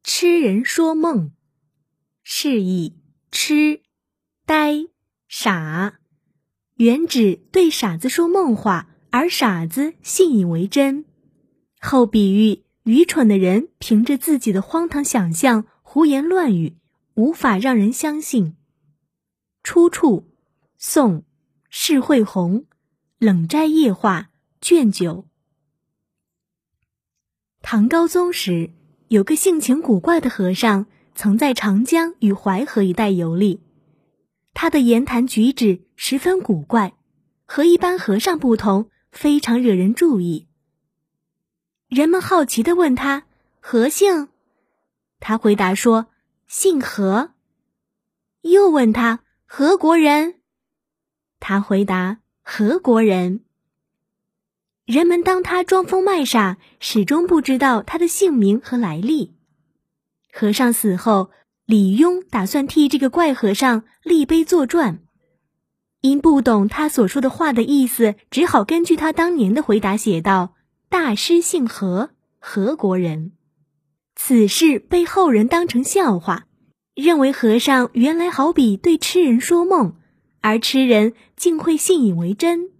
痴人说梦，是以痴、呆、傻，原指对傻子说梦话，而傻子信以为真。后比喻愚蠢的人凭着自己的荒唐想象胡言乱语，无法让人相信。出处：宋释惠宏《冷斋夜话》卷9。唐高宗时，有个性情古怪的和尚，曾在长江与淮河一带游历。他的言谈举止十分古怪，和一般和尚不同，非常惹人注意。人们好奇地问他：何姓？他回答说：姓何。又问他：何国人？他回答：何国人。人们当他装疯卖傻，始终不知道他的姓名和来历。和尚死后，李邕打算替这个怪和尚立碑作传，因不懂他所说的话的意思，只好根据他当年的回答写道：大师姓何，何国人。此事被后人当成笑话，认为和尚原来好比对痴人说梦，而痴人竟会信以为真。